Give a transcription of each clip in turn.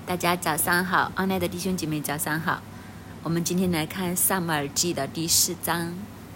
大家早上好，online的弟兄姐妹早上好。我们今天来看撒母耳记的第4章。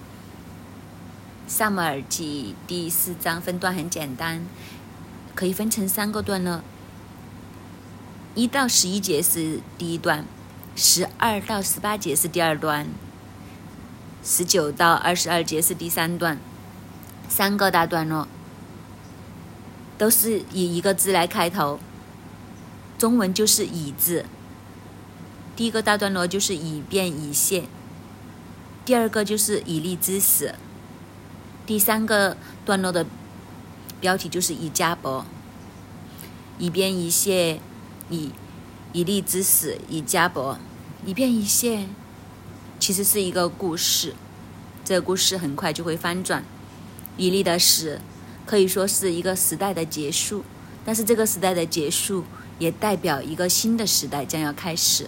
撒母耳记第4章分段很简单，可以分成3个段落。1到11节是第一段，12到18节是第二段，19到22节是第3段。3个大段落都是以一个字来开头，中文就是以字。第一个大段落就是以便以谢，第二个就是以利之死，第3个段落的标题就是以迦博。以便以谢，以利之死，以迦博。以便以谢其实是一个故事，这个故事很快就会翻转。以利的死可以说是一个时代的结束，但是这个时代的结束也代表一个新的时代将要开始。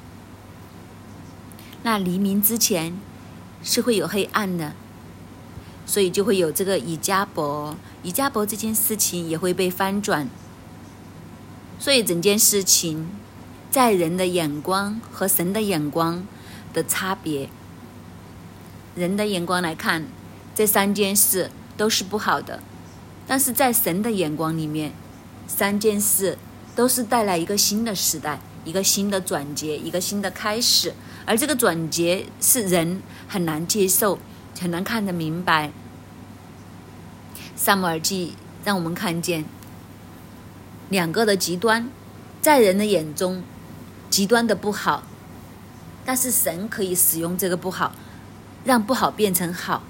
那黎明之前是会有黑暗的，所以就会有这个以迦博。以迦博这件事情也会被翻转，所以整件事情在人的眼光和神的眼光的差别。人的眼光来看，这3件事都是不好的，但是在神的眼光里面，3件事都是带来一个新的时代，一个新的转折，一个新的开始。而这个转折是人很难接受，很难看得明白。撒母耳记让我们看见2个的极端，在人的眼中极端的不好，但是神可以使用这个不好，让不好变成好。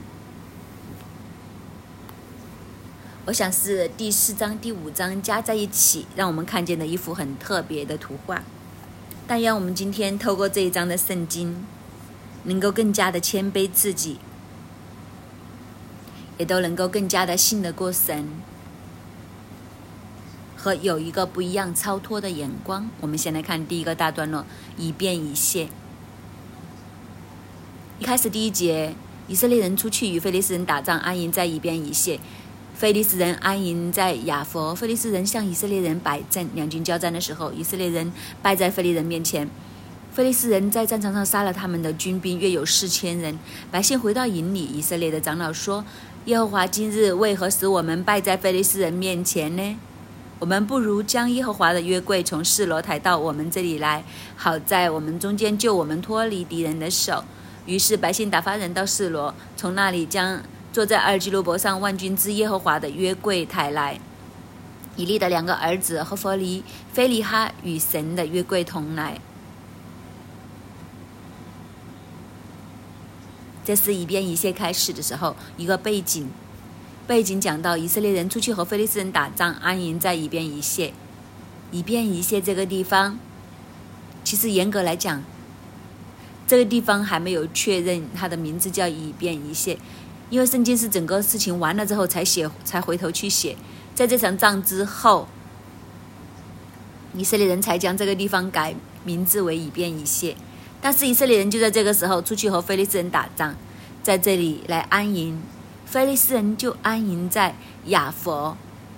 我想是第4章第5章加在一起，让我们看见的一幅很特别的图画。但愿我们今天透过这一章的圣经，能够更加的谦卑自己，也都能够更加的信得过神，和有一个不一样超脱的眼光。我们先来看第一个大段落，以便以谢。一开始第1节，以色列人出去与非利士人打仗，安营在以便以谢。非利士人安营在亚佛，非利士人向以色列人摆阵。两军交战的时候，以色列人败在非利人面前。非利士人在战场上杀了他们的军兵，约有4000人。百姓回到营里，以色列的长老说：耶和华今日为何使我们败在非利士人面前呢？我们不如将耶和华的约柜从示罗抬到我们这里来，好在我们中间救我们脱离敌人的手。于是百姓打发人到示罗，从那里将坐在二基路伯上万军之耶和华的约柜抬来。以利的2个儿子和弗尼、菲利哈与神的约柜同来。这是以便以谢开始的时候一个背景讲到以色列人出去和非利士人打仗，安营在以便以谢。以便以谢这个地方，其实严格来讲，这个地方还没有确认它的名字叫以便以谢，因为圣经是整个事情完了之后才回头去写。在这场仗之后，以色列人才将这个地方改名字为以便以谢。但是以色列人就在这个时候出去和非利士人打仗，在这里来安营。非利士人就安营在亚佛。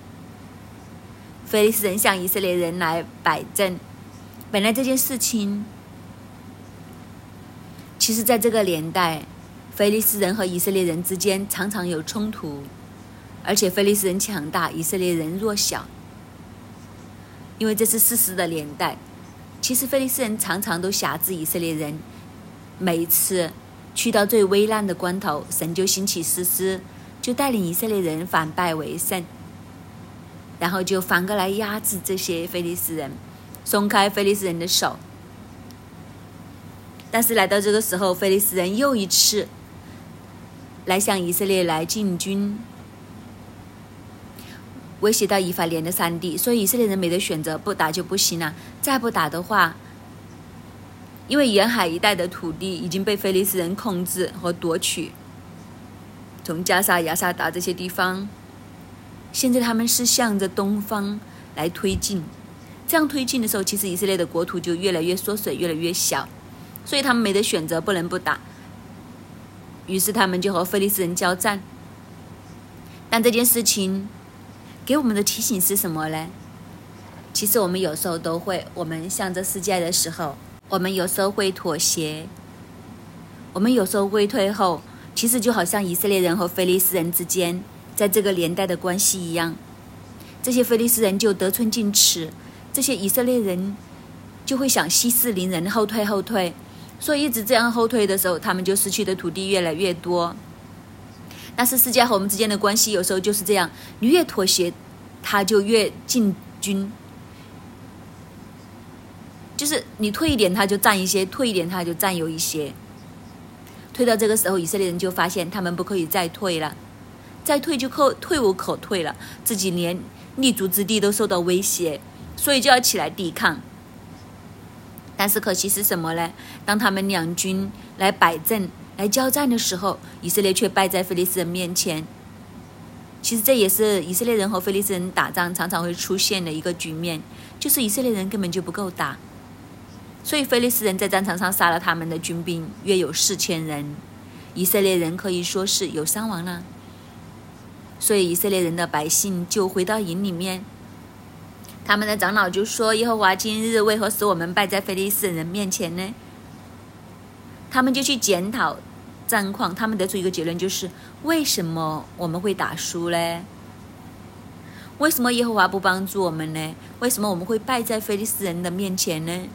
非利士人向以色列人来摆阵。本来这件事情，其实在这个年代，非利士人和以色列人之间常常有冲突，而且非利士人强大，以色列人弱小。因为这是士师的年代，其实非利士人常常都辖制以色列人。每一次去到最危难的关头，神就兴起士师，就带领以色列人反败为胜，然后就反过来压制这些非利士人，松开非利士人的手。但是来到这个时候，非利士人又一次来向以色列来进军，威胁到以法莲的山地，所以以色列人没得选择，不打就不行了。再不打的话，因为沿海一带的土地已经被非利士人控制和夺取，从加沙、亚萨达这些地方，现在他们是向着东方来推进。这样推进的时候，其实以色列的国土就越来越缩水，越来越小，所以他们没得选择，不能不打。于是他们就和非利士人交战。但这件事情给我们的提醒是什么呢？ 其实我们有时候都会，我们向着世界的时候，我们有时候会妥协，我们有时候会退后，其实就好像以色列人和非利士人之间在这个年代的关系一样，这些非利士人就得寸进尺，这些以色列人就会想息事宁人，后退，所以一直这样后退的时候，他们就失去的土地越来越多。但是世界和我们之间的关系有时候就是这样，你越妥协，他就越进军，就是你退一点他就占一些，退一点他就占有一些。退到这个时候，以色列人就发现他们不可以再退了，再退就退无可退了，自己连立足之地都受到威胁，所以就要起来抵抗。但是可惜是什么呢？当他们两军来摆阵来交战的时候，以色列却败在非利士人面前。其实这也是以色列人和非利士人打仗常常会出现的一个局面，就是以色列人根本就不够打，所以非利士人在战场上杀了他们的军兵约有4000人，以色列人可以说是有伤亡了。所以以色列人的百姓就回到营里面，他们的长老就说：耶和华今日为何使我们败在非利士人面前呢？他们就去检讨战况，他们得出一个结论，就是为什么我们会打输呢？为什么耶和华不帮助我们呢？为什么我们会败在非利士人的面前呢？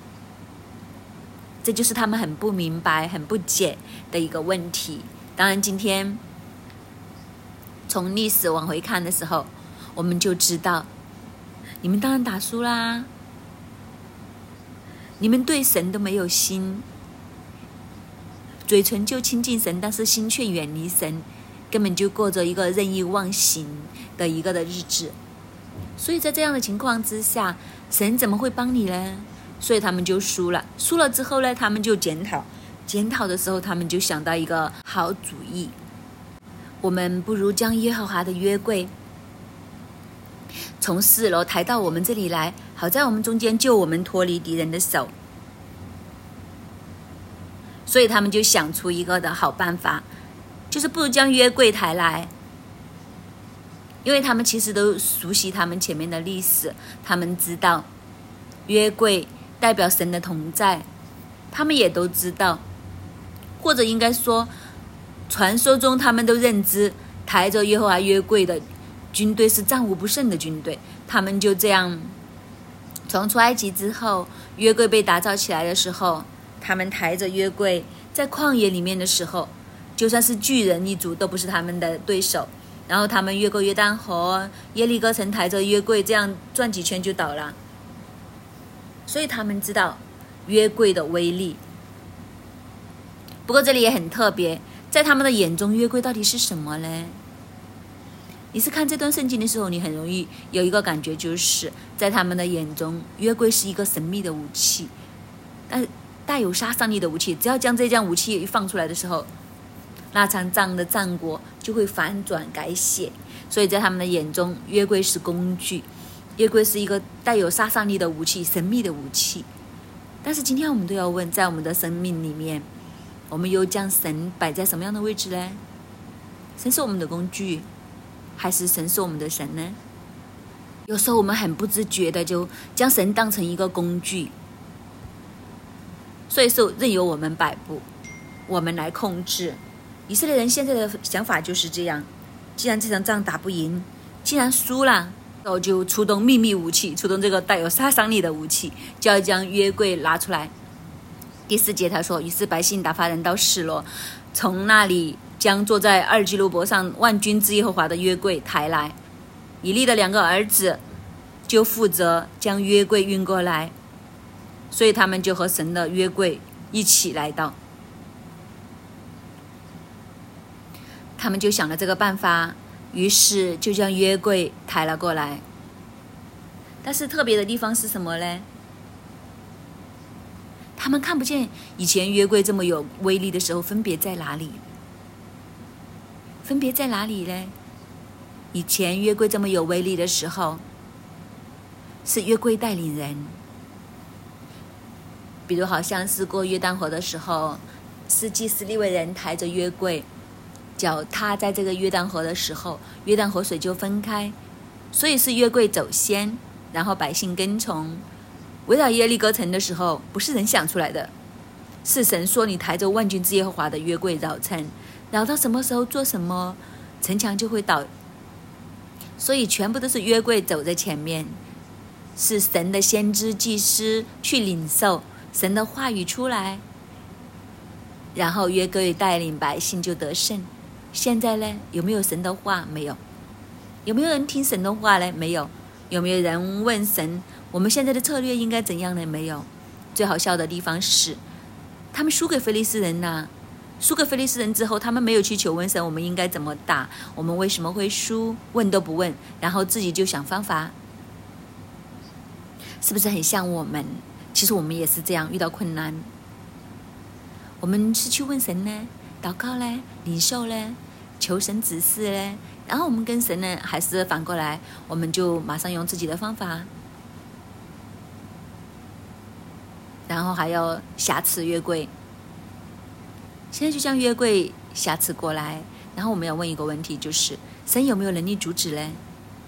这就是他们很不明白很不解的一个问题。当然今天从历史往回看的时候，我们就知道你们当然打输啦，你们对神都没有心，嘴唇就亲近神，但是心却远离神，根本就过着一个任意妄行的一个的日子。所以在这样的情况之下，神怎么会帮你呢？所以他们就输了之后呢，他们就检讨的时候，他们就想到一个好主意，我们不如将耶和华的约柜从4楼抬到我们这里来，好在我们中间救我们脱离敌人的手。所以他们就想出一个的好办法，就是不如将约柜抬来。因为他们其实都熟悉他们前面的历史，他们知道约柜代表神的同在，他们也都知道，或者应该说传说中他们都认知抬着耶和华约柜的军队是战无不胜的军队。他们就这样从出埃及之后，约柜被打造起来的时候，他们抬着约柜在旷野里面的时候，就算是巨人一族都不是他们的对手。然后他们越过约旦河，耶利哥城抬着约柜这样转几圈就倒了。所以他们知道约柜的威力。不过这里也很特别，在他们的眼中约柜到底是什么呢？你是看这段圣经的时候，你很容易有一个感觉，就是在他们的眼中约柜是一个神秘的武器，但带有杀伤力的武器。只要将这将武器一放出来的时候，那场仗的战果就会反转改写。所以在他们的眼中，约柜是工具，约柜是一个带有杀伤力的武器，神秘的武器。但是今天我们都要问，在我们的生命里面，我们又将神摆在什么样的位置呢？神是我们的工具，还是神是我们的神呢？有时候我们很不自觉的就将神当成一个工具，所以说任由我们摆布，我们来控制。以色列人现在的想法就是这样，既然这场仗打不赢，既然输了，然后就出动秘密武器，出动这个带有杀伤力的武器，就要将约柜拿出来。第4节他说，于是百姓打发人到示罗，从那里将坐在2基路伯上万军之耶和华的约柜抬来。以利的2个儿子就负责将约柜运过来，所以他们就和神的约柜一起来到。他们就想了这个办法，于是就将约柜抬了过来。但是特别的地方是什么呢？他们看不见以前约柜这么有威力的时候分别在哪里？分别在哪里呢？以前约柜这么有威力的时候，是约柜带领人，比如好像是过约旦河的时候，是祭司利未人抬着约柜，脚踏在这个约旦河的时候，约旦河水就分开，所以是约柜走先。 然后百姓跟从。围绕耶利哥城的时候，不是人想出来的，是神说，你抬着万军之耶和华的约柜绕城，绕到什么时候做什么，城墙就会倒。所以全部都是约柜走在前面，是神的先知祭司去领受神的话语出来，然后约柜带领百姓就得胜。现在呢，有没有神的话？没有。有没有人听神的话呢？没有。有没有人问神，我们现在的策略应该怎样呢？没有。最好笑的地方是，他们输给非利士人了。输给非利士人之后，他们没有去求问神，我们应该怎么打？我们为什么会输？问都不问，然后自己就想方法，是不是很像我们？其实我们也是这样，遇到困难，我们是去问神呢，祷告呢，领受呢，求神指示呢，然后我们跟神呢，还是反过来，我们就马上用自己的方法，然后还要挟持约柜。现在就将约柜挟持过来，然后我们要问一个问题，就是神有没有能力阻止呢？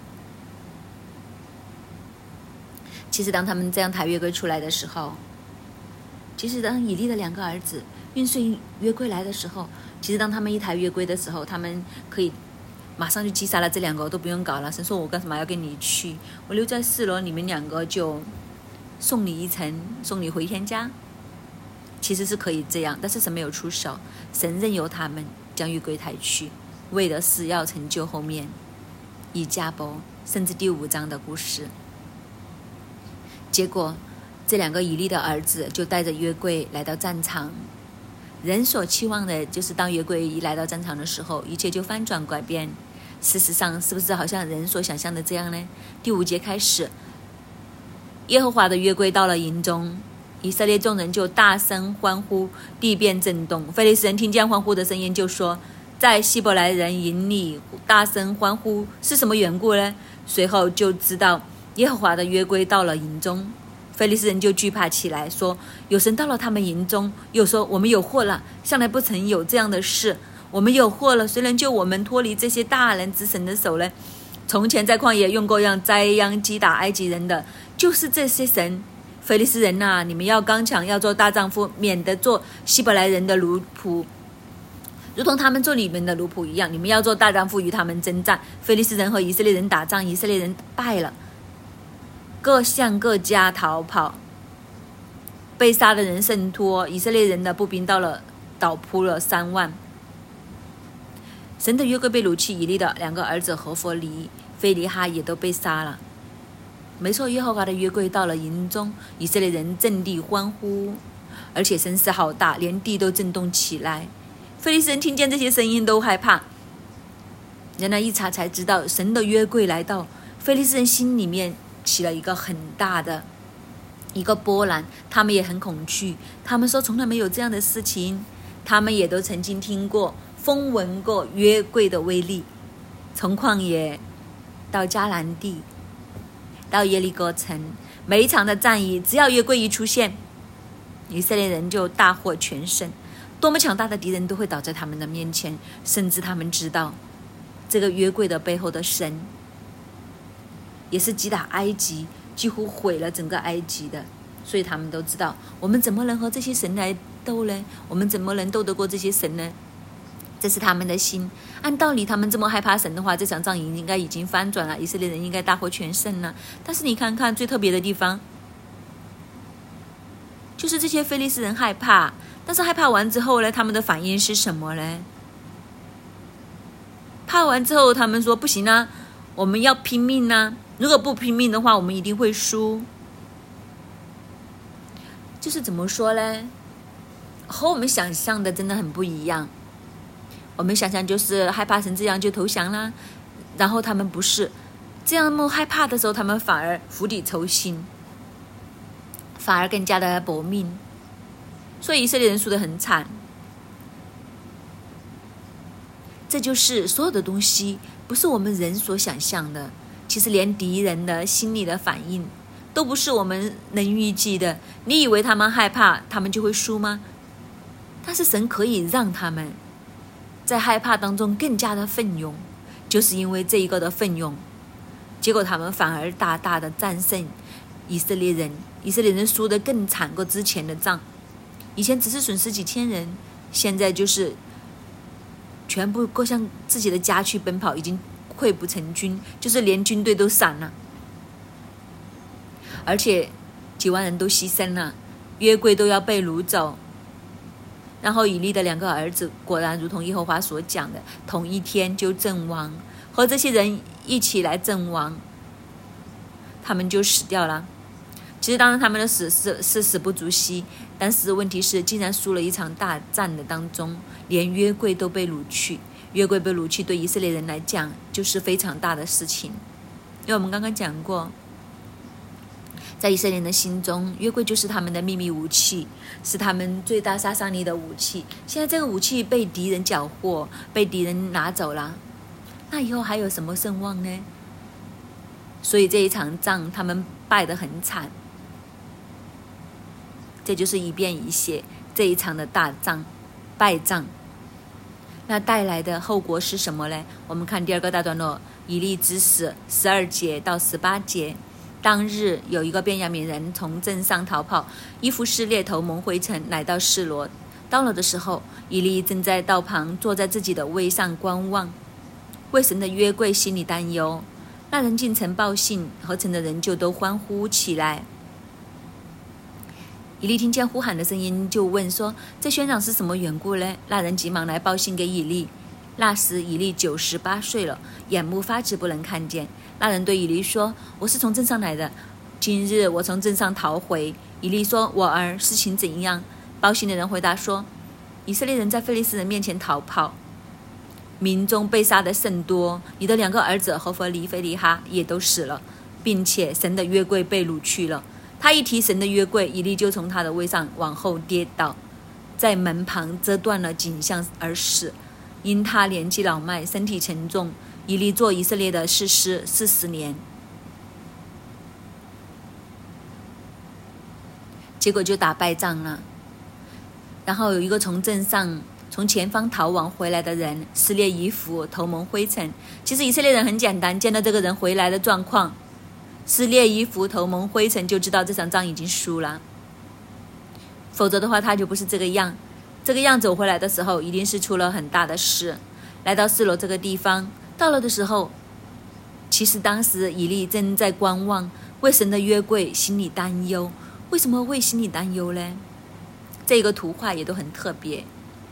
其实当他们这样抬约柜出来的时候，其实当以利的2个儿子运送约柜来的时候，其实当他们一抬约柜的时候，他们可以马上就击杀了这2个，我都不用搞了。神说我干什么要跟你去？我留在4楼，你们2个就送你一程，送你回天家。其实是可以这样，但是神没有出手，神任由他们将约柜抬去，为的是要成就后面以迦伯甚至第5章的故事。结果这2个以利的儿子就带着约柜来到战场，人所期望的就是当约柜一来到战场的时候，一切就翻转改变。事实上是不是好像人所想象的这样呢？第5节开始，耶和华的约柜到了营中，以色列众人就大声欢呼，地便震动。非利士人听见欢呼的声音，就说，在希伯来人营里大声欢呼是什么缘故呢？随后就知道耶和华的约柜到了营中，非利士人就惧怕起来，说有神到了他们营中。又说我们有祸了，向来不曾有这样的事，我们有祸了，谁能救我们脱离这些大人之神的手呢？从前在旷野用各样灾殃击打埃及人的，就是这些神。非利士人啊，你们要刚强，要做大丈夫，免得做希伯来人的奴仆，如同他们做你们的奴仆一样。你们要做大丈夫，与他们征战。非利士人和以色列人打仗，以色列人败了，各向各家逃跑，被杀的人甚多，以色列人的步兵倒扑了3万。神的约柜被掳去，以利的2个儿子何弗尼、菲尼哈也都被杀了。没错，耶和华的约柜到了营中，以色列人阵地欢呼，而且声势好大，连地都震动起来。非利士人听见这些声音都害怕。人来一查才知道，神的约柜来到，非利士人心里面起了一个很大的一个波澜，他们也很恐惧。他们说从来没有这样的事情，他们也都曾经听过风闻过约柜的威力，从旷野到迦南地到耶利哥城，每一场的战役，只要约柜一出现，以色列人就大获全胜。多么强大的敌人都会倒在他们的面前，甚至他们知道这个约柜的背后的神也是击打埃及，几乎毁了整个埃及的。所以他们都知道，我们怎么能和这些神来斗呢？我们怎么能斗得过这些神呢？这是他们的心。按道理他们这么害怕神的话，这场仗应该已经翻转了，以色列人应该大获全胜了。但是你看看最特别的地方，就是这些非利士人害怕，但是害怕完之后呢，他们的反应是什么呢？怕完之后他们说不行啊，我们要拼命啊，如果不拼命的话我们一定会输。就是怎么说呢，和我们想象的真的很不一样。我们想象就是害怕成这样就投降啦，然后他们不是这样，那么害怕的时候他们反而釜底抽薪，反而更加的搏命，所以以色列人输得很惨。这就是所有的东西不是我们人所想象的，其实连敌人的心理的反应都不是我们能预计的。你以为他们害怕他们就会输吗？但是神可以让他们在害怕当中更加的奋勇，就是因为这一个的奋勇， 结果他们反而大大的战胜以色列人，以色列人输得更惨过之前的仗。以前只是损失几千人，现在就是全部各向自己的家去奔跑，已经溃不成军，就是连军队都散了，而且几万人都牺牲了，约柜都要被掳走。然后以利的2个儿子果然如同耶和华所讲的，同一天就阵亡，和这些人一起来阵亡，他们就死掉了。其实当然他们的死是死不足惜，但是问题是竟然输了一场大战的当中，连约柜都被掳去。约柜被掳去对以色列人来讲就是非常大的事情，因为我们刚刚讲过，在以色列人的心中，约柜就是他们的秘密武器，是他们最大杀伤力的武器。现在这个武器被敌人缴获，被敌人拿走了，那以后还有什么声望呢？所以这一场仗他们败得很惨。这就是以便以谢这一场的大仗败仗。那带来的后果是什么呢？我们看第2个大段落，以利之死12节到18节。当日有一个便雅悯人从镇上逃跑，衣服撕裂，头蒙灰尘，来到示罗。到了的时候，以利正在道旁坐在自己的位上观望，为神的约柜心里担忧。那人进城报信，合城的人就都欢呼起来。以利听见呼喊的声音，就问说：“这喧嚷是什么缘故呢？”那人急忙来报信给以利。那时以利98岁了，眼目发直，不能看见。那人对以利说：“我是从镇上来的，今日我从镇上逃回。”以利说：“我儿，事情怎样？”报信的人回答说：“以色列人在非利士人面前逃跑，民中被杀的甚多，你的2个儿子何弗尼、非利哈也都死了，并且神的约柜被掳去了。”他一提神的约柜，以利就从他的位上往后跌倒，在门旁折断了颈项而死。因他年纪老迈，身体沉重，以利做以色列的士师40年。结果就打败仗了。然后有一个从镇上从前方逃亡回来的人，撕裂衣服，头蒙灰尘。其实以色列人很简单，见到这个人回来的状况，撕裂衣服，头蒙灰尘，就知道这场仗已经输了。否则的话他就不是这个样，这个样走回来的时候一定是出了很大的事。来到示罗这个地方，到了的时候，其实当时以利正在观望，为神的约柜心里担忧。为什么会心里担忧呢？这个图画也都很特别。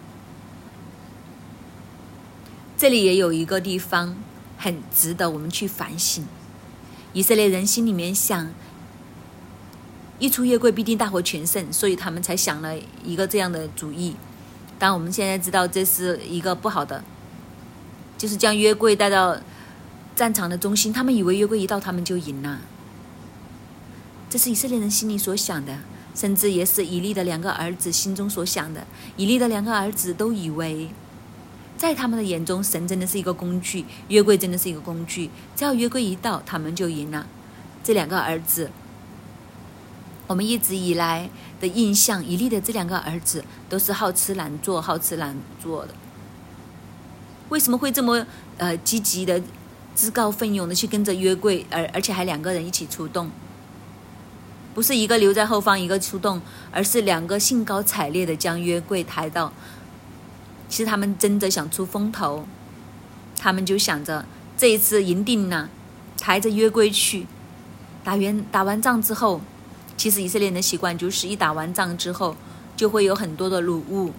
这里也有一个地方很值得我们去反省。以色列人心里面想，一出约柜必定大获全胜，所以他们才想了一个这样的主意。但我们现在知道这是一个不好的，就是将约柜带到战场的中心，他们以为约柜一到他们就赢了。这是以色列人心里所想的，甚至也是以利的2个儿子心中所想的。以利的2个儿子都以为，在他们的眼中，神真的是一个工具，约柜真的是一个工具，只要约柜一到他们就赢了。这2个儿子，我们一直以来的印象，以利的这2个儿子都是好吃懒做的。为什么会这么积极的自告奋勇的去跟着约柜，而且还2个人一起出动？不是一个留在后方一个出动，而是2个兴高采烈的将约柜抬到。其实他们真的想出风头，他们就想着这一次赢定了，抬着约柜去。打完仗之后，其实以色列人的习惯就是一打完仗之后就会有很多的掳物，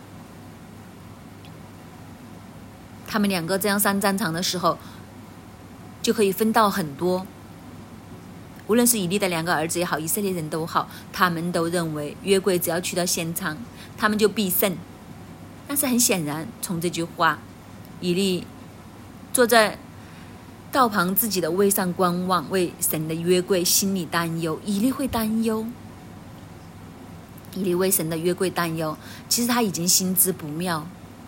他们2个这样上战场的时候就可以分到很多。无论是以利的2个儿子也好，以色列人都好，他们都认为约柜只要去到现场，他们就必胜。但是很显然，从这句话，以利坐在道旁自己的位上观望，为神的约柜心里担忧。以利会担忧，以利为神的约柜担忧，其实他已经心知不妙，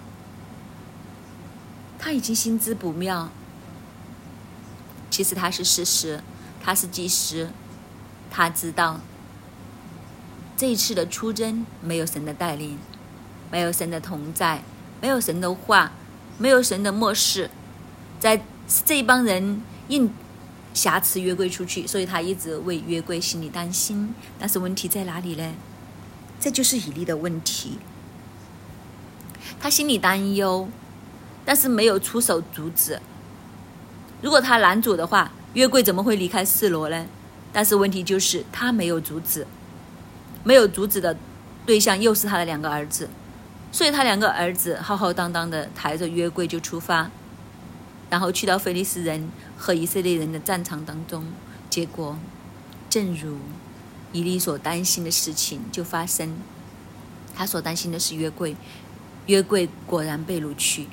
其实他是士师，他是祭司，他知道这一次的出征没有神的带领，没有神的同在，没有神的话，没有神的默示，在这一帮人挟持约柜出去，所以他一直为约柜心里担心。但是问题在哪里呢？这就是以利的问题，他心里担忧，但是没有出手阻止。如果他拦阻的话，约柜怎么会离开示罗呢？但是问题就是他没有阻止，没有阻止的对象又是他的2个儿子，所以他2个儿子浩浩荡荡的抬着约柜就出发，然后去到非利士人和以色列人的战场当中。结果正如以利所担心的事情就发生，他所担心的是约柜，约柜果然被掳去。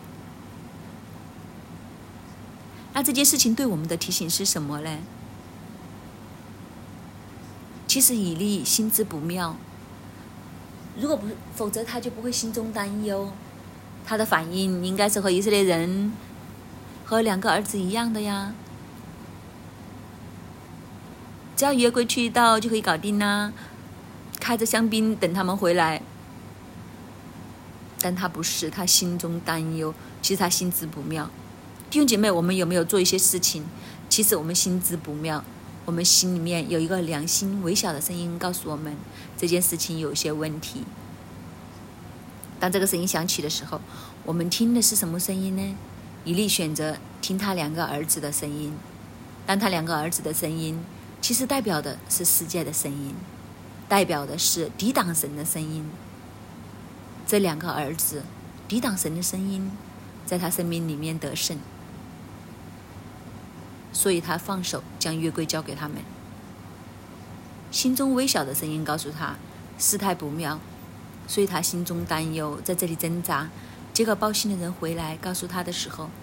那这件事情对我们的提醒是什么呢？其实以利心知不妙，如果不，否则他就不会心中担忧。他的反应应该是和以色列人和2个儿子一样的呀，只要约柜去到就可以搞定啦，开着香槟等他们回来。但他不是，他心中担忧，其实他心知不妙。弟兄姐妹，我们有没有做一些事情，其实我们心知不妙，我们心里面有一个良心微小的声音告诉我们这件事情有些问题。当这个声音响起的时候，我们听的是什么声音呢？以利选择听他2个儿子的声音，但他2个儿子的声音其实代表的是世界的声音，代表的是抵挡神的声音。这2个儿子抵挡神的声音在他生命里面得胜，所以他放手将约柜交给他们。心中微小的声音告诉他事态不妙，所以他心中担忧，在这里挣扎。结果报信的人回来告诉他的时候，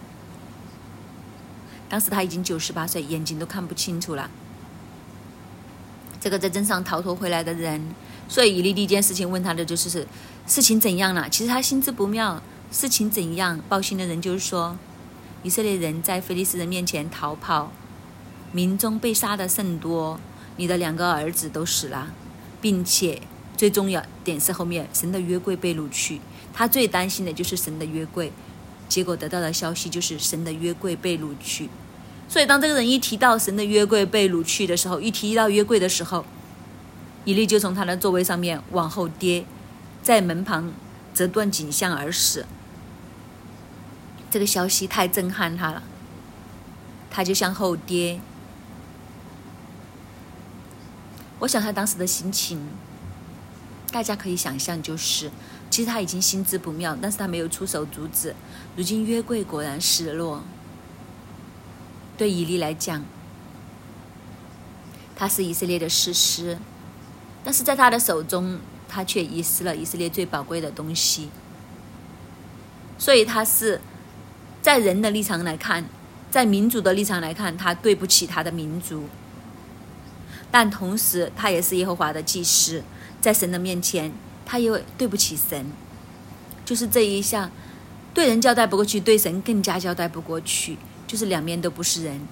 当时他已经98岁，眼睛都看不清楚了。这个在镇上逃脱回来的人，所以以利第一件事情问他的就是事情怎样了？其实他心知不妙，事情怎样？报信的人就是说，以色列人在非利士人面前逃跑，民中被杀的甚多，你的2个儿子都死了，并且最重要点是后面神的约柜被掳去，他最担心的就是神的约柜。结果得到的消息就是神的约柜被掳去。所以当这个人一提到神的约柜被掳去的时候，一提到约柜的时候，以利就从他的座位上面往后跌，在门旁折断颈项而死。这个消息太震撼他了，他就向后跌。我想他当时的心情大家可以想象，就是其实他已经心知不妙，但是他没有出手阻止。如今约柜果然失落，对以利来讲，他是以色列的士师，但是在他的手中，他却遗失了以色列最宝贵的东西。所以他是在人的立场来看，在民族的立场来看，他对不起他的民族，但同时他也是耶和华的祭司，在神的面前他也对不起神。就是这一项对人交代不过去，对神更加交代不过去，就是两面都不是人。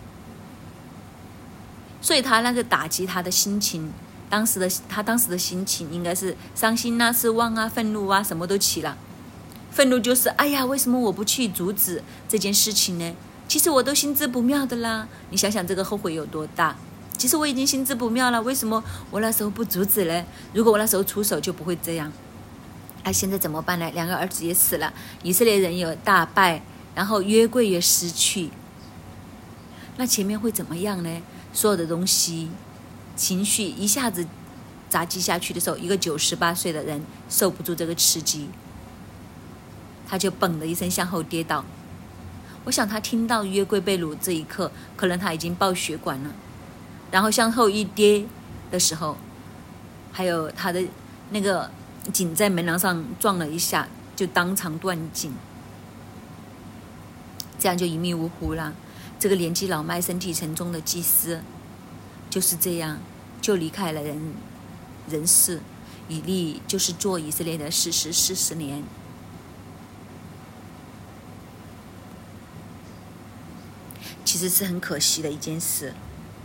所以他那个打击他的心情，他当时的心情应该是伤心啊、失望啊、愤怒啊，什么都起了。愤怒就是哎呀，为什么我不去阻止这件事情呢？其实我都心知不妙的啦，你想想这个后悔有多大。其实我已经心知不妙了，为什么我那时候不阻止呢？如果我那时候出手就不会这样。现在怎么办呢？两个儿子也死了，以色列人也大败，然后约柜也失去，那前面会怎么样呢？所有的东西情绪一下子砸击下去的时候，一个98岁的人受不住这个刺激，他就嘣的一声向后跌倒。我想他听到约柜被掳这一刻，可能他已经爆血管了，然后向后一跌的时候，还有他的那个颈在门廊上撞了一下，就当场断颈，这样就一命呜呼了。这个年纪老迈身体沉重的祭司就是这样就离开了人世。以利就是做以色列的士师40年，其实是很可惜的一件事。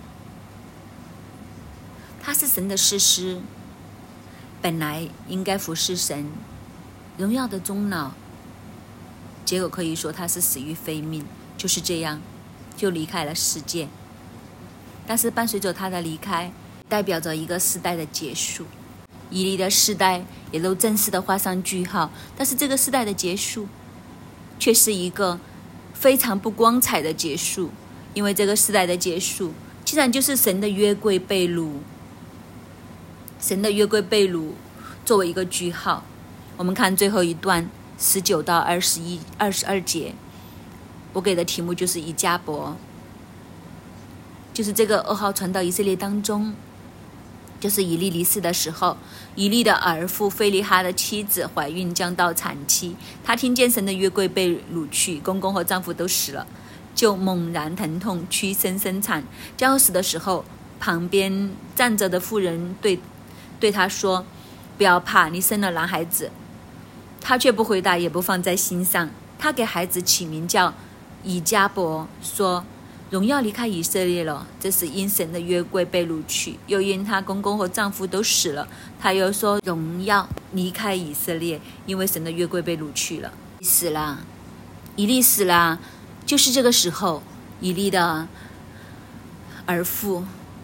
他是神的士师，本来应该服侍神，荣耀的终老，结果可以说他是死于非命，就是这样。 就离开了世界。但是伴随着他的离开，代表着一个时代的结束，以利的时代也都正式的画上句号。但是这个时代的结束却是一个非常不光彩的结束，因为这个时代的结束竟然就是神的约柜被掳，神的约柜被掳作为一个句号。我们看最后一段19到22节，我给的题目就是以迦博，就是这个噩耗传到以色列当中，就是以利离世的时候，以利的儿妇非利哈的妻子怀孕将到产期，她听见神的约柜被掳去，公公和丈夫都死了，就猛然疼痛，屈身生产。将要死的时候，旁边站着的妇人对她说：“不要怕，你生了男孩子。”她却不回答，也不放在心上。她给孩子起名叫以迦博，说：“荣耀离开以色列了。”这是因神的约柜被掳去，又因她公公和丈夫都死了。她又说：“荣耀离开以色列，因为神的约柜被掳去了。”死了，以利死了。就是这个时候，以利的儿妇，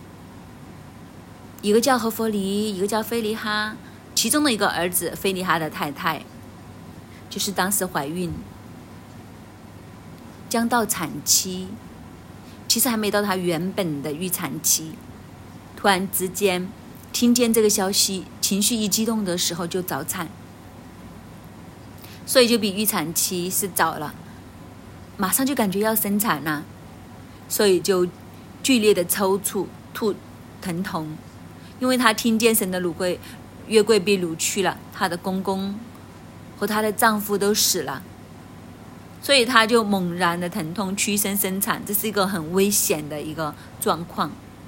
一个叫何弗尼，一个叫非利哈，其中的一个儿子非利哈的太太，就是当时怀孕将到产期，其实还没到她原本的预产期，突然之间听见这个消息，情绪一激动的时候就早产，所以就比预产期是早了，马上就感觉要生产了，所以就剧烈的抽搐、疼痛，因为她听见神的约柜被掳去了，她的公公和她的丈夫都死了，所以她就猛然的疼痛，屈身生产。这是一个很危险的一个状况，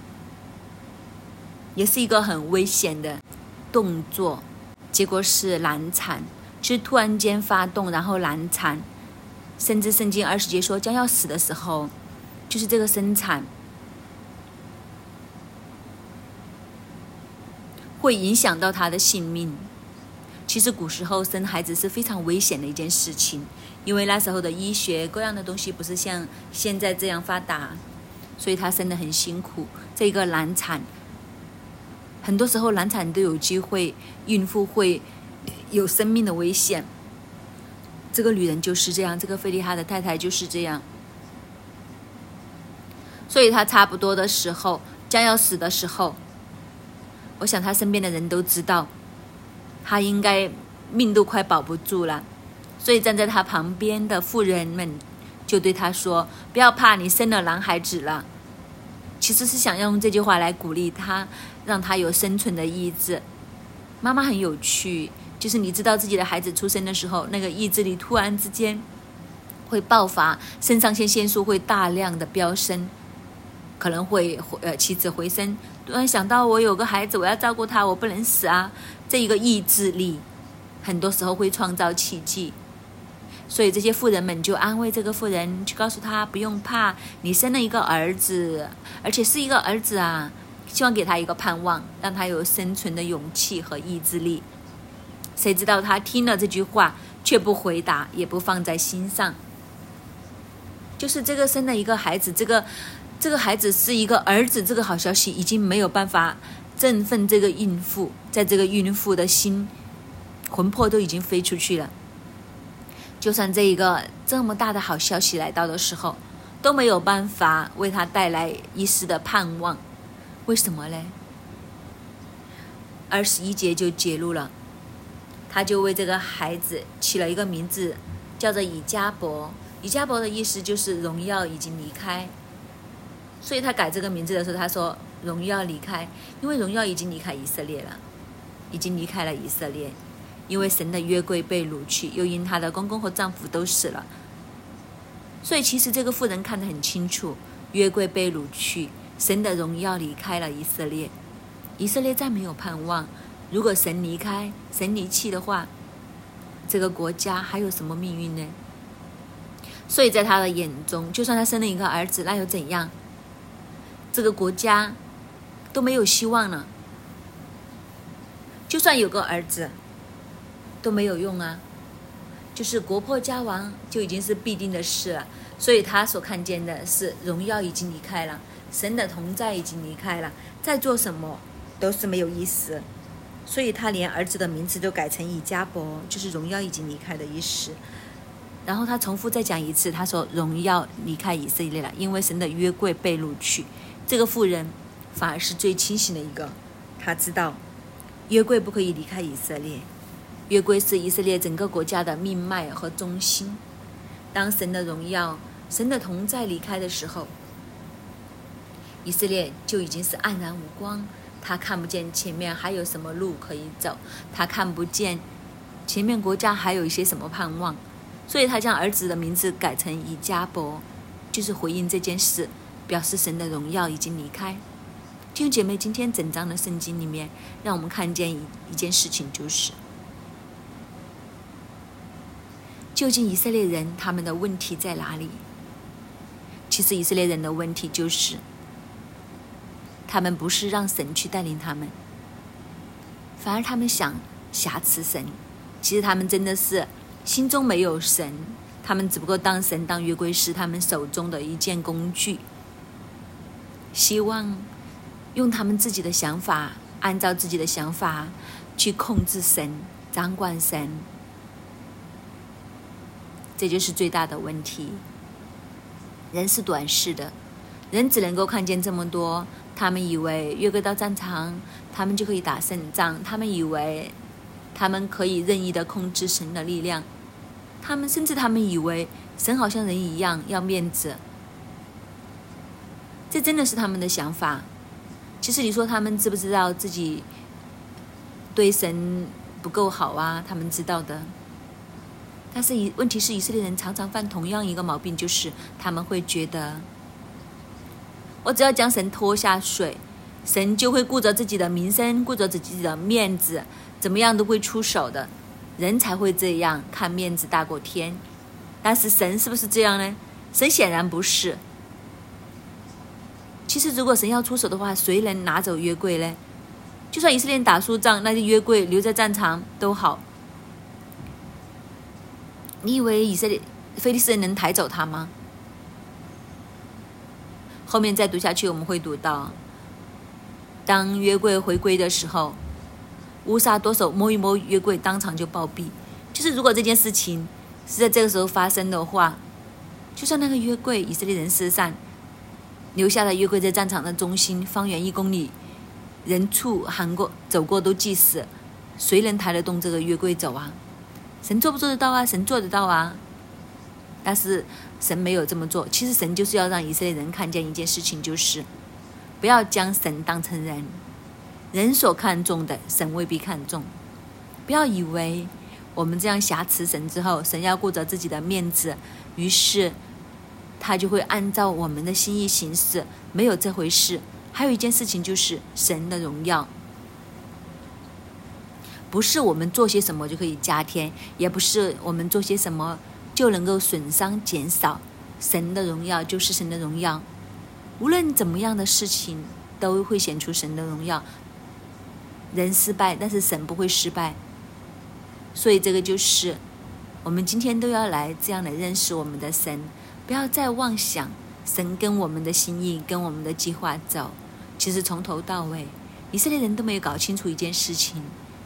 也是一个很危险的动作。结果是难产，是突然间发动，然后难产。甚至圣经20节说，将要死的时候，就是这个生产会影响到他的性命。其实古时候生孩子是非常危险的一件事情，因为那时候的医学各样的东西不是像现在这样发达，所以他生得很辛苦。这个难产，很多时候难产都有机会，孕妇会有生命的危险。这个女人就是这样，这个非利哈的太太就是这样，所以她差不多的时候，将要死的时候，我想她身边的人都知道，她应该命都快保不住了，所以站在她旁边的妇人们就对她说：“不要怕，你生了男孩子了。”其实是想用这句话来鼓励她，让她有生存的意志。妈妈很有趣，就是你知道自己的孩子出生的时候，那个意志力突然之间会爆发，肾上腺素会大量的飙升，可能会起死回生。突然想到我有个孩子，我要照顾他，我不能死啊！这一个意志力很多时候会创造奇迹。所以这些妇人们就安慰这个妇人，去告诉她不用怕，你生了一个儿子，而且是一个儿子啊，希望给他一个盼望，让他有生存的勇气和意志力。谁知道他听了这句话却不回答，也不放在心上。就是这个生了一个孩子，这个孩子是一个儿子，这个好消息已经没有办法振奋这个孕妇，在这个孕妇的心魂魄都已经飞出去了。就算这一个这么大的好消息来到的时候，都没有办法为他带来一丝的盼望。为什么呢？21节就揭露了，他就为这个孩子起了一个名字，叫做以迦博。以迦博的意思就是荣耀已经离开，所以他改这个名字的时候，他说荣耀离开，因为荣耀已经离开以色列了，已经离开了以色列，因为神的约柜被掳去，又因她的公公和丈夫都死了。所以其实这个妇人看得很清楚，约柜被掳去，神的荣耀离开了以色列，以色列再没有盼望。如果神离开，神离弃的话，这个国家还有什么命运呢？所以在他的眼中，就算他生了一个儿子，那又怎样？这个国家都没有希望了。就算有个儿子都没有用啊， 就是国破家亡就已经是必定的事了，所以他所看见的是荣耀已经离开了，神的同在已经离开了，再做什么都是没有意思，所以他连儿子的名字都改成以迦伯，就是荣耀已经离开的意思。然后他重复再讲一次，他说荣耀离开以色列了，因为神的约柜被掳去。这个妇人反而是最清醒的一个，他知道约柜不可以离开以色列，约柜是以色列整个国家的命脉和中心。当神的荣耀、神的同在离开的时候，以色列就已经是黯然无光，他看不见前面还有什么路可以走，他看不见前面国家还有一些什么盼望，所以他将儿子的名字改成以迦伯，就是回应这件事，表示神的荣耀已经离开。弟兄姐妹，今天整章的圣经里面让我们看见一件事情，就是究竟以色列人他们的问题在哪里？其实以色列人的问题就是他们不是让神去带领他们，反而他们想挟持神。其实他们真的是心中没有神，他们只不过当神当约柜是他们手中的一件工具，希望用他们自己的想法，按照自己的想法去控制神，掌管神。这就是最大的问题。人是短视的，人只能够看见这么多，他们以为约柜到战场他们就可以打胜仗，他们以为他们可以任意的控制神的力量，甚至他们以为神好像人一样要面子，这真的是他们的想法。其实你说他们知不知道自己对神不够好啊？他们知道的。但是问题是以色列人常常犯同样一个毛病，就是他们会觉得我只要将神拖下水，神就会顾着自己的名声，顾着自己的面子，怎么样都会出手的。人才会这样，看面子大过天。但是神是不是这样呢？神显然不是。其实如果神要出手的话，谁能拿走约柜呢？就算以色列人打输仗，那些约柜留在战场都好。你以为非利士人能抬走他吗？后面再读下去我们会读到，当约柜回归的时候，乌撒多手摸一摸约柜，当场就暴毙。就是如果这件事情是在这个时候发生的话，就算那个约柜以色列人失散，留下的约柜在战场的中心，方圆1公里，人畜走过都祭死，谁能抬得动这个约柜走啊？神做不做得到啊？神做得到啊，但是神没有这么做。其实神就是要让以色列人看见一件事情，就是不要将神当成人，人所看重的神未必看重。不要以为我们这样挟持神之后，神要顾着自己的面子，于是他就会按照我们的心意行事，没有这回事。还有一件事情就是神的荣耀，不是我们做些什么就可以加添，也不是我们做些什么就能够损伤减少。神的荣耀就是神的荣耀，无论怎么样的事情都会显出神的荣耀。人失败，但是神不会失败。所以这个就是我们今天都要来这样来认识我们的神，不要再妄想神跟我们的心意跟我们的计划走。其实从头到尾以色列人都没有搞清楚一件事情，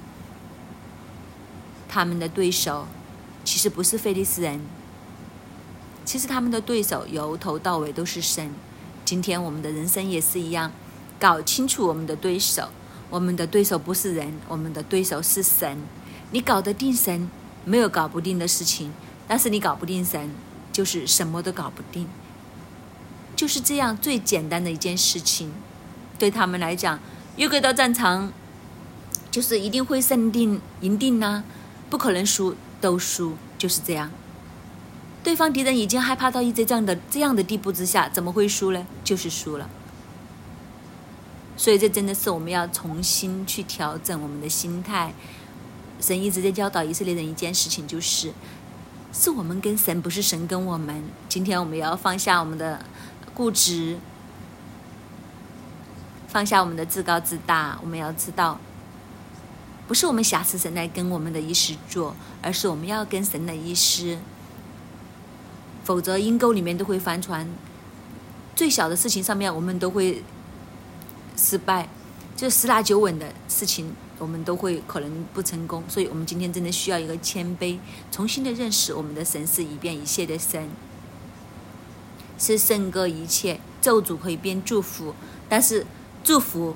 他们的对手其实不是非利士人，其实他们的对手由头到尾都是神。今天我们的人生也是一样，搞清楚我们的对手，我们的对手不是人，我们的对手是神。你搞得定神，没有搞不定的事情，但是你搞不定神，就是什么都搞不定。就是这样最简单的一件事情，对他们来讲，约柜到战场就是一定会赢定啊，不可能输，都输，就是这样。对方敌人已经害怕到这样的地步之下，怎么会输呢？就是输了。所以这真的是我们要重新去调整我们的心态。神一直在教导以色列人一件事情，是我们跟神，不是神跟我们。今天我们要放下我们的固执，放下我们的自高自大。我们要知道不是我们瑕疵神来跟我们的意思做，而是我们要跟神的意思，否则阴沟里面都会翻船，最小的事情上面我们都会失败，就十拿九稳的事情我们都会可能不成功。所以我们今天真的需要一个谦卑，重新的认识我们的神是一变一切的神，是胜过一切，咒诅可以变祝福，但是祝福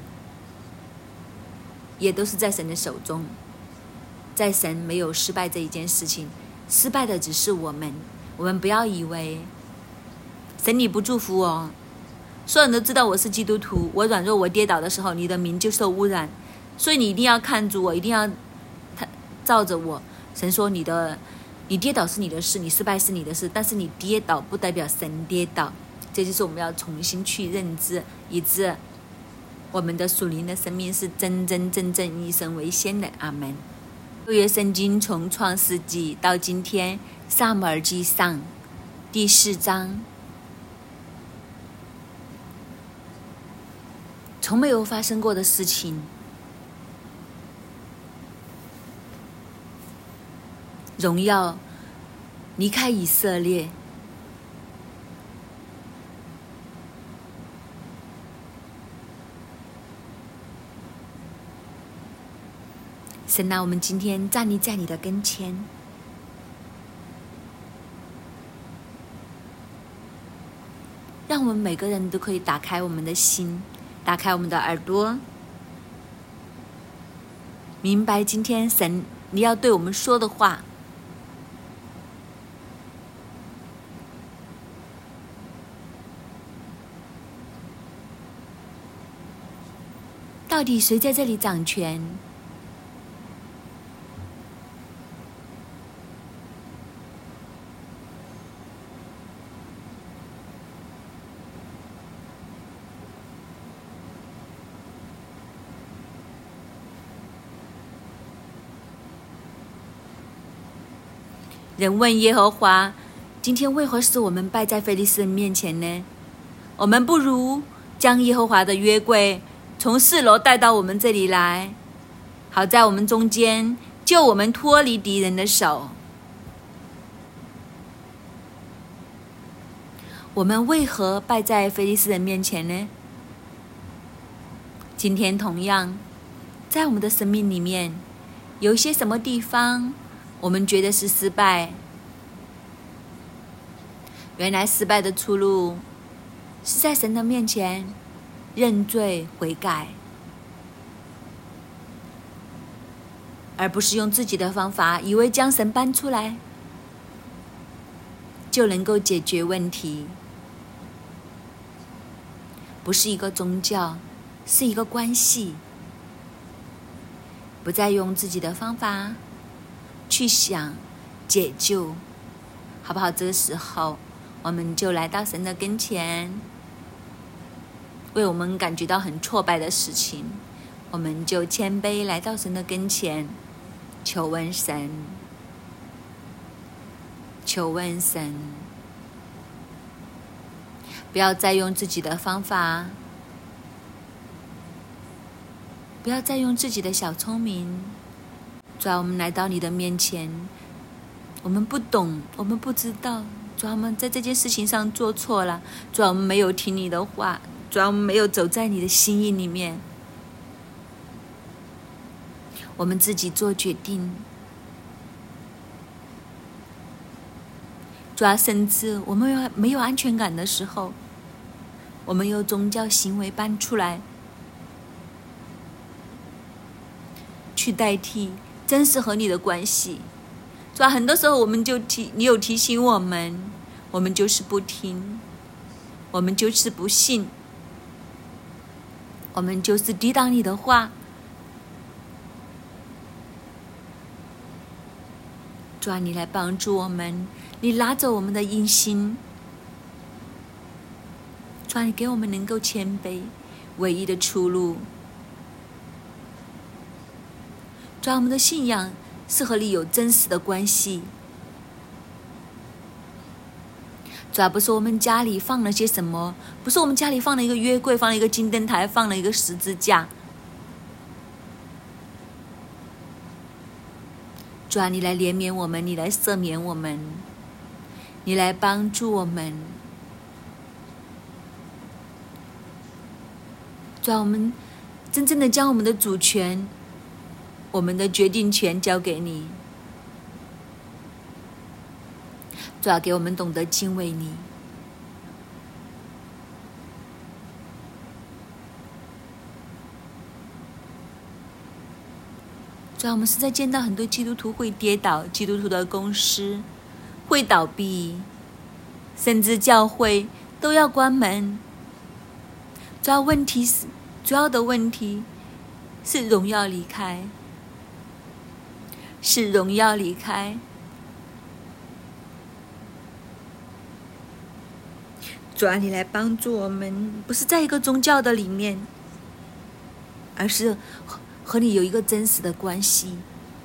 也都是在神的手中，在神没有失败这一件事情，失败的只是我们不要以为神你不祝福我，所有人都知道我是基督徒，我软弱我跌倒的时候，你的名就受污染，所以你一定要看住我，一定要照着我。神说你跌倒是你的事，你失败是你的事，但是你跌倒不代表神跌倒，这就是我们要重新去认知，以致我们的属灵的生命是真真正正以神为先的。阿们。旧约圣经从创世纪到今天撒母耳记上第4章，从没有发生过的事情，荣耀离开以色列，神啊，我们今天站立在你的跟前，让我们每个人都可以打开我们的心，打开我们的耳朵，明白今天神你要对我们说的话。到底谁在这里掌权？人问耶和华，今天为何使我们败在非利士人面前呢？我们不如将耶和华的约柜从4楼带到我们这里来，好在我们中间救我们脱离敌人的手。我们为何败在非利士人面前呢？今天同样在我们的生命里面，有一些什么地方我们觉得是失败，原来失败的出路是在神的面前认罪悔改，而不是用自己的方法，以为将神搬出来就能够解决问题。不是一个宗教，是一个关系，不再用自己的方法去想解救，好不好？这个时候我们就来到神的跟前，为我们感觉到很挫败的事情，我们就谦卑来到神的跟前，求问神，求问神，不要再用自己的方法，不要再用自己的小聪明。主啊，我们来到你的面前，我们不懂，我们不知道，主啊，我们在这件事情上做错了，主啊，我们没有听你的话，主啊，我们没有走在你的心意里面，我们自己做决定，主啊，甚至我们没有安全感的时候，我们用宗教行为搬出来，去代替真实和你的关系。主啊，很多时候我们就你有提醒我们，我们就是不听，我们就是不信，我们就是抵挡你的话。主啊，你来帮助我们，你拉走我们的阴心。主啊，你给我们能够谦卑，唯一的出路。主啊，我们的信仰是和你有真实的关系。主啊，不是我们家里放了些什么，不是我们家里放了一个约柜，放了一个金灯台，放了一个十字架。 主啊，你来怜悯我们，你来赦免我们，你来帮助我们。主啊，我们真正的将我们的主权、我们的决定权交给你。主啊，给我们懂得敬畏你。主啊，我们实在见到很多基督徒会跌倒，基督徒的公司会倒闭，甚至教会都要关门。主要的问题是荣耀离开，是荣耀离开。主啊，你来帮助我们，不是在一个宗教的里面，而是和你有一个真实的关系。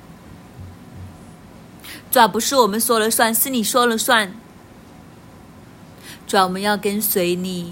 主啊，不是我们说了算，是你说了算。主啊，我们要跟随你。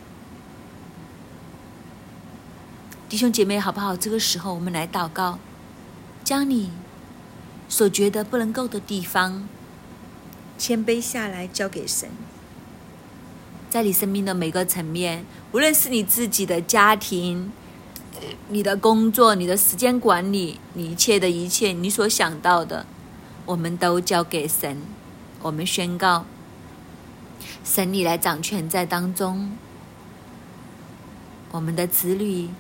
弟兄姐妹好不好？这个时候我们来祷告，将你所觉得不能够的地方谦卑下来交给神。在你生命的每个层面，无论是你自己的家庭、你的工作、你的时间管理，你一切你所想到的，我们都交给神。我们宣告神你来掌权在当中。我们的子女，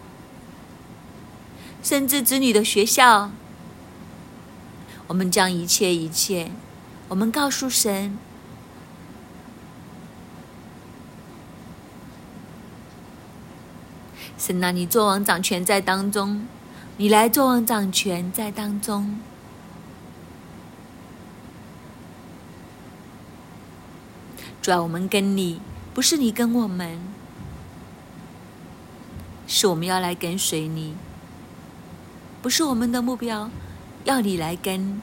甚至子女的学校，我们将一切我们告诉神。神啊，你作王掌权在当中，你来作王掌权在当中。主啊，我们跟你，不是你跟我们，是我们要来跟随你，不是我们的目标要你来跟。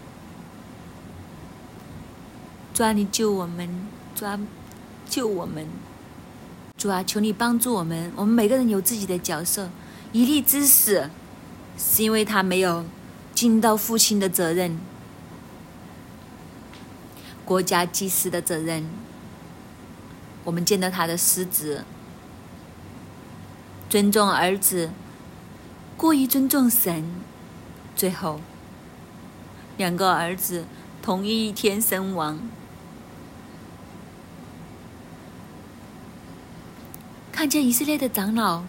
主啊，你救我们，主啊，救我们。主啊，求你帮助我们。我们每个人有自己的角色。以利之死，是因为他没有尽到父亲的责任，国家祭司的责任。我们见到他的失职，尊重儿子，过于尊重神，最后2个儿子同一天身亡。看见以色列的长老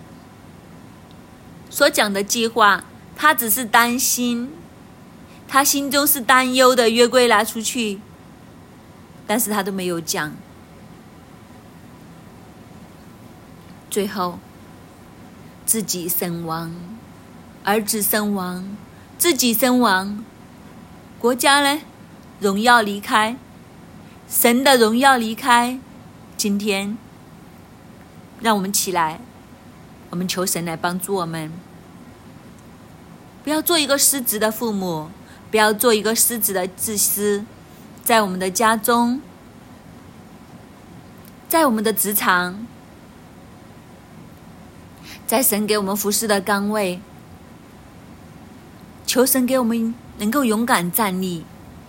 所讲的计划，他只是担心，他心中是担忧的，约柜拿出去，但是他都没有讲。最后自己身亡，儿子身亡，自己身亡，国家呢，荣耀离开，神的荣耀离开。今天让我们起来，我们求神来帮助我们，不要做一个失职的父母，不要做一个失职的自私，在我们的家中，在我们的职场，在神给我们服侍的岗位，求神给我们能够勇敢站立，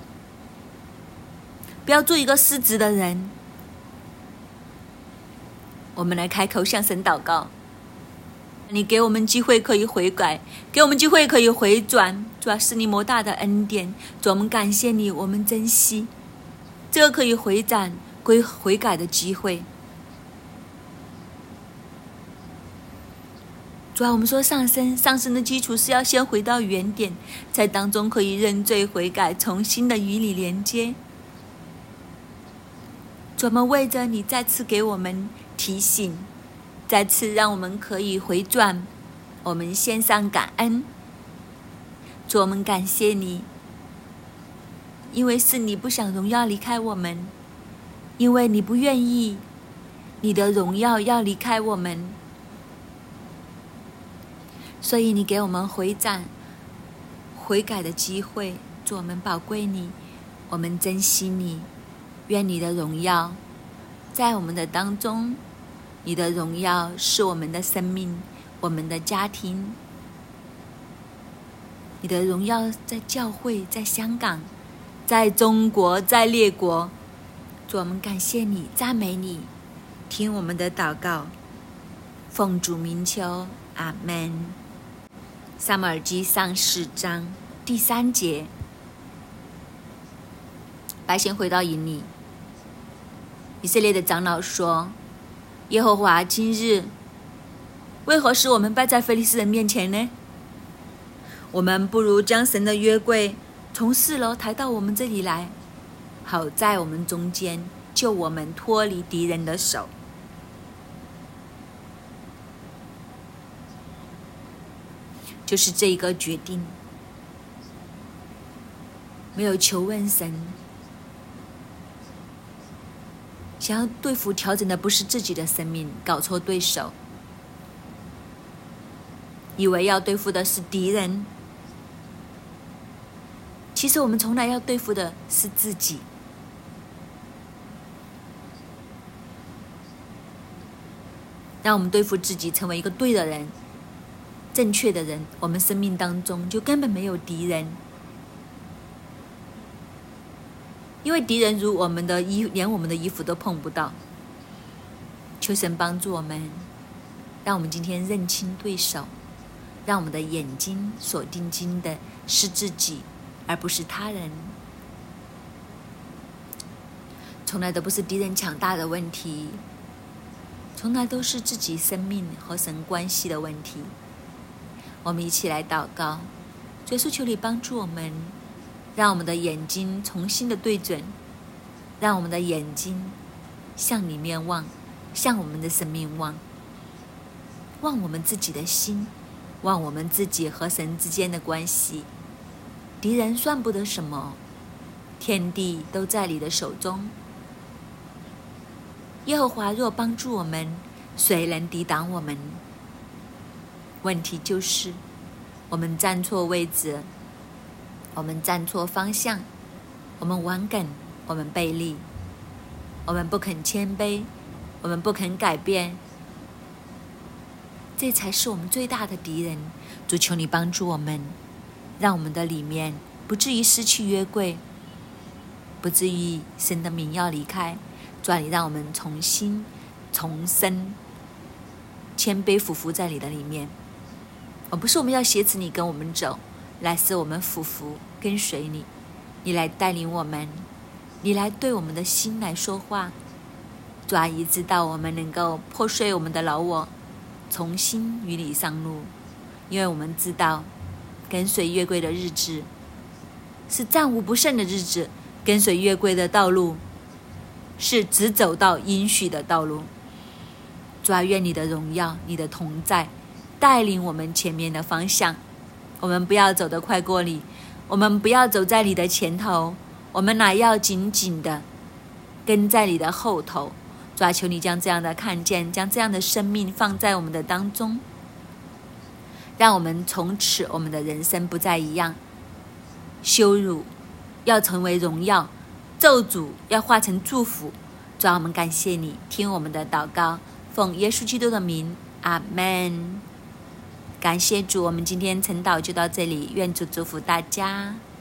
不要做一个失职的人。我们来开口向神祷告，你给我们机会可以悔改，给我们机会可以回转。主要是你莫大的恩典，主，我们感谢你，我们珍惜这个可以回改的机会。主要我们说上升的基础是要先回到原点，在当中可以认罪悔改，重新的与你连接。主，我们为着你再次给我们提醒，再次让我们可以回转，我们献上感恩。主，我们感谢你，因为是你不想荣耀离开我们，因为你不愿意你的荣耀要离开我们，所以你给我们回转悔改的机会。主，我们宝贵你，我们珍惜你，愿你的荣耀在我们的当中，你的荣耀是我们的生命，我们的家庭。 你的荣耀在教会，在香港，在中国，在列国。主，我们感谢你，赞美你，听我们的祷告，奉主名求，阿们。撒母耳记上4章第3节，百姓回到营里，以色列的长老说：耶和华今日为何使我们败在非利士人面前呢？我们不如将神的约柜从4楼抬到我们这里来，好在我们中间救我们脱离敌人的手。就是这一个决定，没有求问神，想要对付调整的不是自己的生命，搞错对手，以为要对付的是敌人，其实我们从来要对付的是自己。让我们对付自己，成为一个对的人，正确的人，我们生命当中就根本没有敌人，因为敌人如我们的连我们的衣服都碰不到。求神帮助我们，让我们今天认清对手，让我们的眼睛锁定睛的是自己，而不是他人。从来都不是敌人强大的问题，从来都是自己生命和神关系的问题。我们一起来祷告，主耶稣，求你帮助我们，让我们的眼睛重新的对准，让我们的眼睛向里面望，向我们的生命望，望我们自己的心，望我们自己和神之间的关系。敌人算不得什么，天地都在你的手中。耶和华若帮助我们，谁能抵挡我们？问题就是我们站错位置，我们站错方向，我们顽梗，我们背离，我们不肯谦卑，我们不肯改变，这才是我们最大的敌人。主，求你帮助我们，让我们的里面不至于失去约柜，不至于神的名要离开。主啊，你让我们重新重生，谦卑俯伏在你的里面。不是我们要挟持你跟我们走，乃是我们俯伏跟随你，你来带领我们，你来对我们的心来说话。主啊，以直到我们能够破碎我们的老我，重新与你上路。因为我们知道跟随约柜的日子是战无不胜的日子，跟随约柜的道路是只走到应许的道路。主啊，愿你的荣耀，你的同在带领我们前面的方向，我们不要走得快过你，我们不要走在你的前头，我们乃要紧紧的跟在你的后头。主啊，求你将这样的看见，将这样的生命放在我们的当中，让我们从此我们的人生不再一样，羞辱要成为荣耀，咒诅要化成祝福。主啊，我们感谢你，听我们的祷告，奉耶稣基督的名，阿们。感谢主，我们今天晨祷就到这里，愿主祝福大家。